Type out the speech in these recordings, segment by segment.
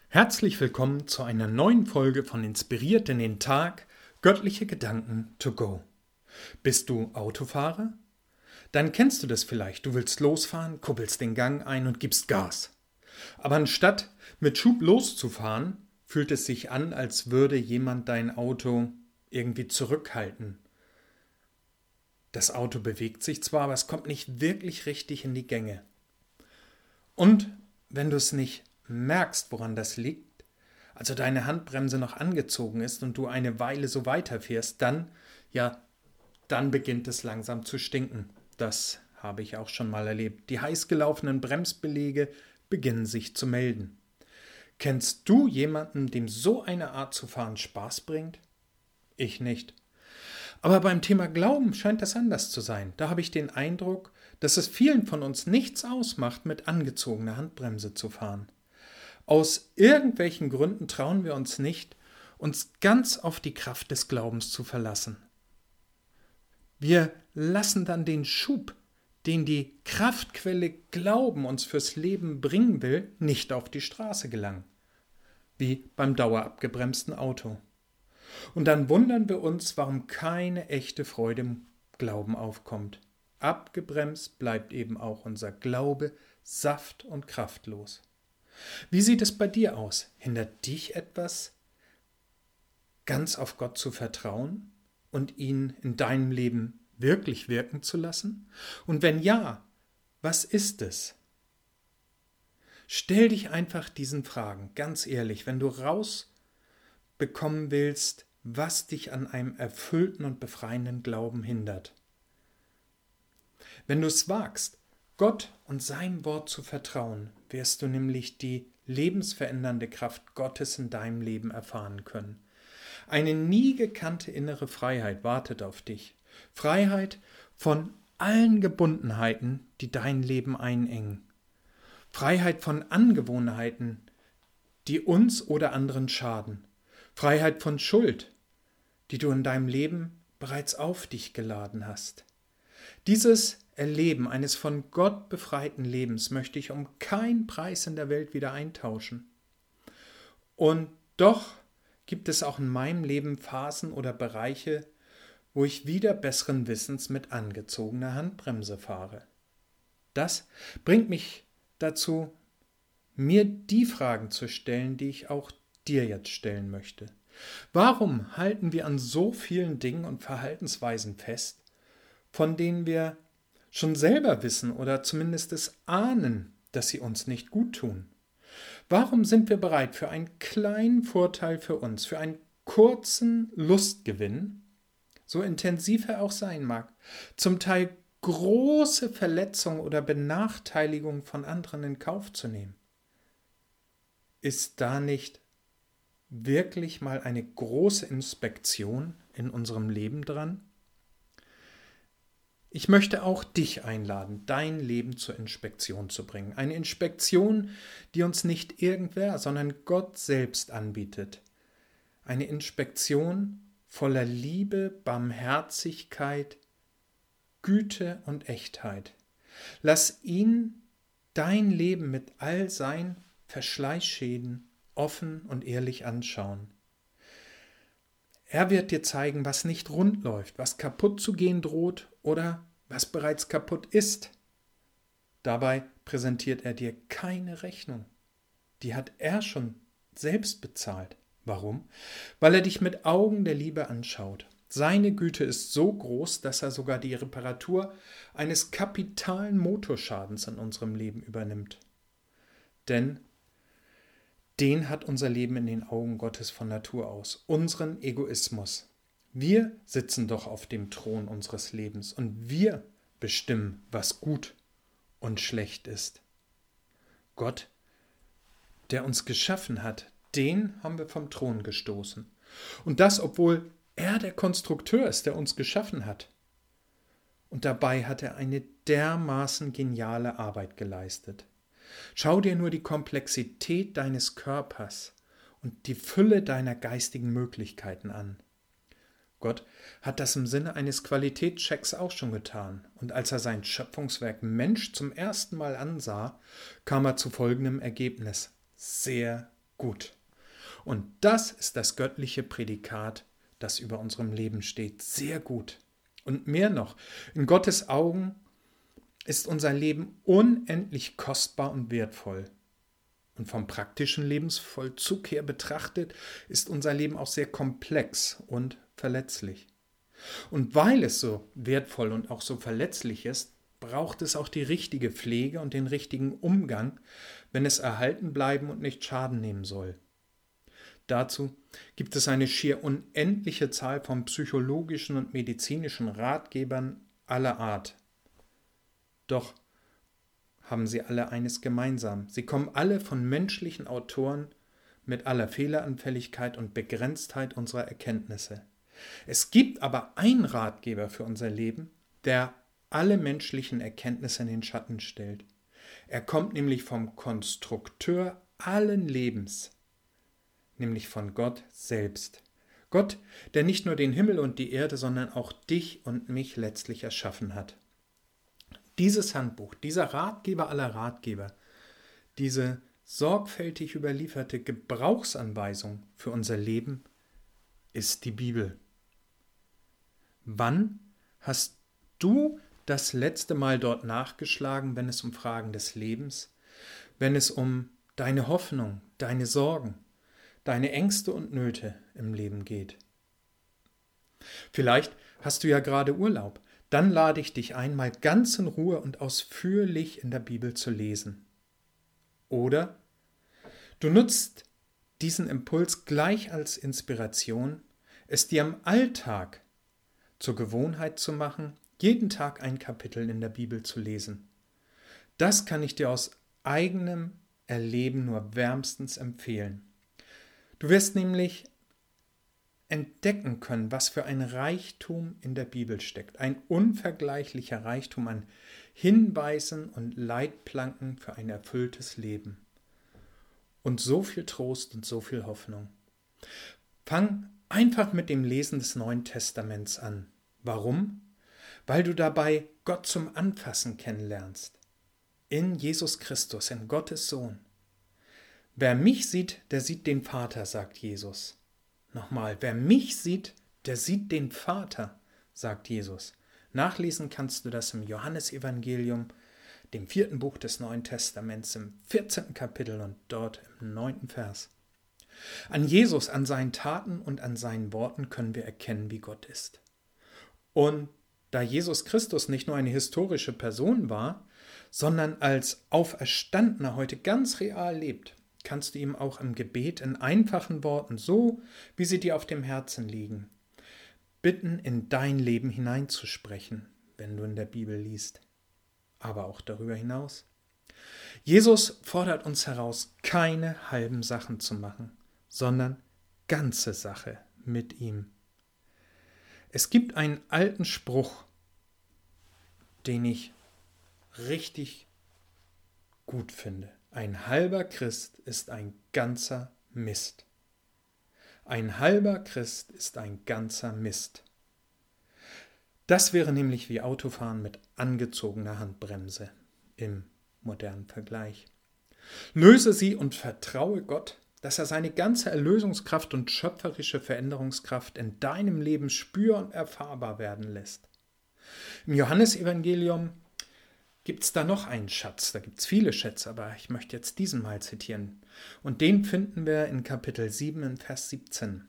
Herzlich willkommen zu einer neuen Folge von Inspiriert in den Tag, göttliche Gedanken to go. Bist du Autofahrer? Dann kennst du das vielleicht. Du willst losfahren, kuppelst den Gang ein und gibst Gas. Aber anstatt mit Schub loszufahren, fühlt es sich an, als würde jemand dein Auto irgendwie zurückhalten. Das Auto bewegt sich zwar, aber es kommt nicht wirklich richtig in die Gänge. Und wenn du es nicht merkst, woran das liegt, also deine Handbremse noch angezogen ist und du eine Weile so weiterfährst, dann beginnt es langsam zu stinken. Das habe ich auch schon mal erlebt. Die heiß gelaufenen Bremsbeläge beginnen sich zu melden. Kennst du jemanden, dem so eine Art zu fahren Spaß bringt? Ich nicht. Aber beim Thema Glauben scheint das anders zu sein. Da habe ich den Eindruck, dass es vielen von uns nichts ausmacht, mit angezogener Handbremse zu fahren. Aus irgendwelchen Gründen trauen wir uns nicht, uns ganz auf die Kraft des Glaubens zu verlassen. Wir lassen dann den Schub, den die Kraftquelle Glauben uns fürs Leben bringen will, nicht auf die Straße gelangen, wie beim dauerabgebremsten Auto. Und dann wundern wir uns, warum keine echte Freude im Glauben aufkommt. Abgebremst bleibt eben auch unser Glaube saft- und kraftlos. Wie sieht es bei dir aus? Hindert dich etwas, ganz auf Gott zu vertrauen und ihn in deinem Leben wirklich wirken zu lassen? Und wenn ja, was ist es? Stell dich einfach diesen Fragen, ganz ehrlich, wenn du rausbekommen willst, was dich an einem erfüllten und befreienden Glauben hindert. Wenn du es wagst, Gott und sein Wort zu vertrauen, wirst du nämlich die lebensverändernde Kraft Gottes in deinem Leben erfahren können. Eine nie gekannte innere Freiheit wartet auf dich. Freiheit von allen Gebundenheiten, die dein Leben einengen. Freiheit von Angewohnheiten, die uns oder anderen schaden. Freiheit von Schuld, die du in deinem Leben bereits auf dich geladen hast. Dieses Erleben eines von Gott befreiten Lebens möchte ich um keinen Preis in der Welt wieder eintauschen. Und doch gibt es auch in meinem Leben Phasen oder Bereiche, wo ich wieder besseren Wissens mit angezogener Handbremse fahre. Das bringt mich dazu, mir die Fragen zu stellen, die ich auch dir jetzt stellen möchte. Warum halten wir an so vielen Dingen und Verhaltensweisen fest, von denen wir schon selber wissen oder zumindest es ahnen, dass sie uns nicht gut tun? Warum sind wir bereit, für einen kleinen Vorteil für uns, für einen kurzen Lustgewinn, so intensiv er auch sein mag, zum Teil große Verletzungen oder Benachteiligungen von anderen in Kauf zu nehmen? Ist da nicht wirklich mal eine große Inspektion in unserem Leben dran? Ich möchte auch dich einladen, dein Leben zur Inspektion zu bringen. Eine Inspektion, die uns nicht irgendwer, sondern Gott selbst anbietet. Eine Inspektion voller Liebe, Barmherzigkeit, Güte und Echtheit. Lass ihn dein Leben mit all seinen Verschleißschäden offen und ehrlich anschauen. Er wird dir zeigen, was nicht rund läuft, was kaputt zu gehen droht oder was bereits kaputt ist. Dabei präsentiert er dir keine Rechnung. Die hat er schon selbst bezahlt. Warum? Weil er dich mit Augen der Liebe anschaut. Seine Güte ist so groß, dass er sogar die Reparatur eines kapitalen Motorschadens in unserem Leben übernimmt. Denn den hat unser Leben in den Augen Gottes von Natur aus, unseren Egoismus. Wir sitzen doch auf dem Thron unseres Lebens und wir bestimmen, was gut und schlecht ist. Gott, der uns geschaffen hat, den haben wir vom Thron gestoßen. Und das, obwohl er der Konstrukteur ist, der uns geschaffen hat. Und dabei hat er eine dermaßen geniale Arbeit geleistet. Schau dir nur die Komplexität deines Körpers und die Fülle deiner geistigen Möglichkeiten an. Gott hat das im Sinne eines Qualitätschecks auch schon getan. Und als er sein Schöpfungswerk Mensch zum ersten Mal ansah, kam er zu folgendem Ergebnis: sehr gut. Und das ist das göttliche Prädikat, das über unserem Leben steht. Sehr gut. Und mehr noch, in Gottes Augen ist unser Leben unendlich kostbar und wertvoll. Und vom praktischen Lebensvollzug her betrachtet, ist unser Leben auch sehr komplex und verletzlich. Und weil es so wertvoll und auch so verletzlich ist, braucht es auch die richtige Pflege und den richtigen Umgang, wenn es erhalten bleiben und nicht Schaden nehmen soll. Dazu gibt es eine schier unendliche Zahl von psychologischen und medizinischen Ratgebern aller Art. Doch haben sie alle eines gemeinsam. Sie kommen alle von menschlichen Autoren mit aller Fehleranfälligkeit und Begrenztheit unserer Erkenntnisse. Es gibt aber einen Ratgeber für unser Leben, der alle menschlichen Erkenntnisse in den Schatten stellt. Er kommt nämlich vom Konstrukteur allen Lebens, nämlich von Gott selbst. Gott, der nicht nur den Himmel und die Erde, sondern auch dich und mich letztlich erschaffen hat. Dieses Handbuch, dieser Ratgeber aller Ratgeber, diese sorgfältig überlieferte Gebrauchsanweisung für unser Leben ist die Bibel. Wann hast du das letzte Mal dort nachgeschlagen, wenn es um Fragen des Lebens, wenn es um deine Hoffnung, deine Sorgen, deine Ängste und Nöte im Leben geht? Vielleicht hast du ja gerade Urlaub. Dann lade ich dich ein, mal ganz in Ruhe und ausführlich in der Bibel zu lesen. Oder du nutzt diesen Impuls gleich als Inspiration, es dir im Alltag zur Gewohnheit zu machen, jeden Tag ein Kapitel in der Bibel zu lesen. Das kann ich dir aus eigenem Erleben nur wärmstens empfehlen. Du wirst nämlich entdecken können, was für ein Reichtum in der Bibel steckt. Ein unvergleichlicher Reichtum an Hinweisen und Leitplanken für ein erfülltes Leben. Und so viel Trost und so viel Hoffnung. Fang einfach mit dem Lesen des Neuen Testaments an. Warum? Weil du dabei Gott zum Anfassen kennenlernst. In Jesus Christus, in Gottes Sohn. Wer mich sieht, der sieht den Vater, sagt Jesus. Nochmal, wer mich sieht, der sieht den Vater, sagt Jesus. Nachlesen kannst du das im Johannesevangelium, dem 4. Buch des Neuen Testaments, im 14. Kapitel und dort im 9. Vers. An Jesus, an seinen Taten und an seinen Worten können wir erkennen, wie Gott ist. Und da Jesus Christus nicht nur eine historische Person war, sondern als Auferstandener heute ganz real lebt, kannst du ihm auch im Gebet in einfachen Worten, so wie sie dir auf dem Herzen liegen, bitten, in dein Leben hineinzusprechen, wenn du in der Bibel liest. Aber auch darüber hinaus. Jesus fordert uns heraus, keine halben Sachen zu machen, sondern ganze Sache mit ihm. Es gibt einen alten Spruch, den ich richtig gut finde. Ein halber Christ ist ein ganzer Mist. Ein halber Christ ist ein ganzer Mist. Das wäre nämlich wie Autofahren mit angezogener Handbremse im modernen Vergleich. Löse sie und vertraue Gott, dass er seine ganze Erlösungskraft und schöpferische Veränderungskraft in deinem Leben spür- und erfahrbar werden lässt. Im Johannesevangelium gibt es da noch einen Schatz. Da gibt es viele Schätze, aber ich möchte jetzt diesen mal zitieren. Und den finden wir in Kapitel 7 in Vers 17.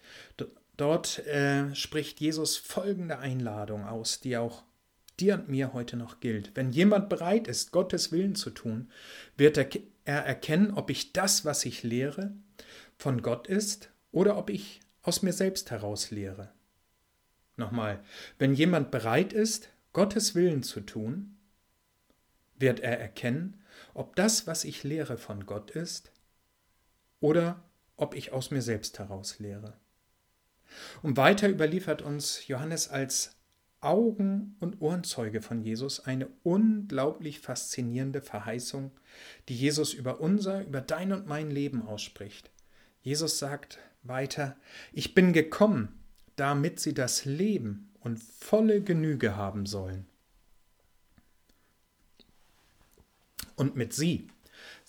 Dort spricht Jesus folgende Einladung aus, die auch dir und mir heute noch gilt. Wenn jemand bereit ist, Gottes Willen zu tun, wird er erkennen, ob ich das, was ich lehre, von Gott ist oder ob ich aus mir selbst heraus lehre. Nochmal, wenn jemand bereit ist, Gottes Willen zu tun, wird er erkennen, ob das, was ich lehre, von Gott ist oder ob ich aus mir selbst heraus lehre. Und weiter überliefert uns Johannes als Augen- und Ohrenzeuge von Jesus eine unglaublich faszinierende Verheißung, die Jesus über dein und mein Leben ausspricht. Jesus sagt weiter, ich bin gekommen, damit sie das Leben und volle Genüge haben sollen. Und mit sie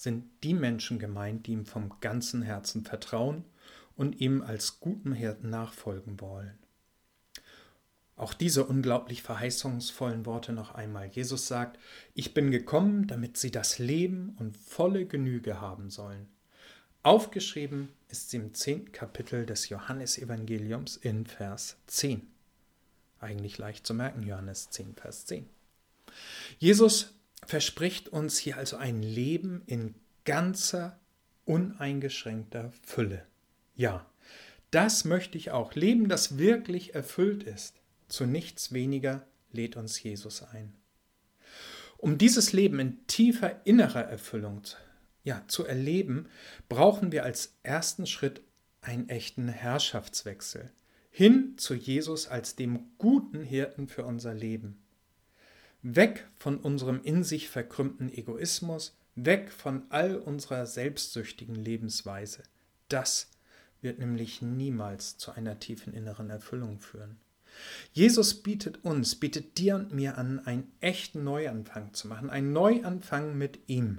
sind die Menschen gemeint, die ihm vom ganzen Herzen vertrauen und ihm als gutem Hirten nachfolgen wollen. Auch diese unglaublich verheißungsvollen Worte noch einmal. Jesus sagt, ich bin gekommen, damit sie das Leben und volle Genüge haben sollen. Aufgeschrieben ist sie im 10. Kapitel des Johannesevangeliums in Vers 10. Eigentlich leicht zu merken, Johannes 10, Vers 10. Jesus verspricht uns hier also ein Leben in ganzer, uneingeschränkter Fülle. Ja, das möchte ich auch. Leben, das wirklich erfüllt ist. Zu nichts weniger lädt uns Jesus ein. Um dieses Leben in tiefer innerer Erfüllung zu erleben, brauchen wir als ersten Schritt einen echten Herrschaftswechsel hin zu Jesus als dem guten Hirten für unser Leben. Weg von unserem in sich verkrümmten Egoismus, weg von all unserer selbstsüchtigen Lebensweise. Das wird nämlich niemals zu einer tiefen inneren Erfüllung führen. Jesus bietet dir und mir an, einen echten Neuanfang zu machen, einen Neuanfang mit ihm,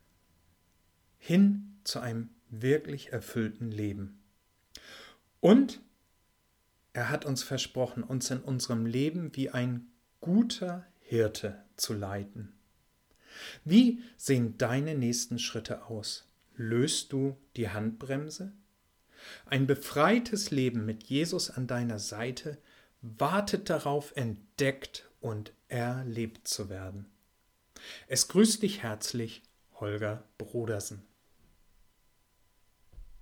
hin zu einem wirklich erfüllten Leben. Und er hat uns versprochen, uns in unserem Leben wie ein guter Hirte zu leiten. Wie sehen deine nächsten Schritte aus? Löst du die Handbremse? Ein befreites Leben mit Jesus an deiner Seite wartet darauf, entdeckt und erlebt zu werden. Es grüßt dich herzlich, Holger Brodersen.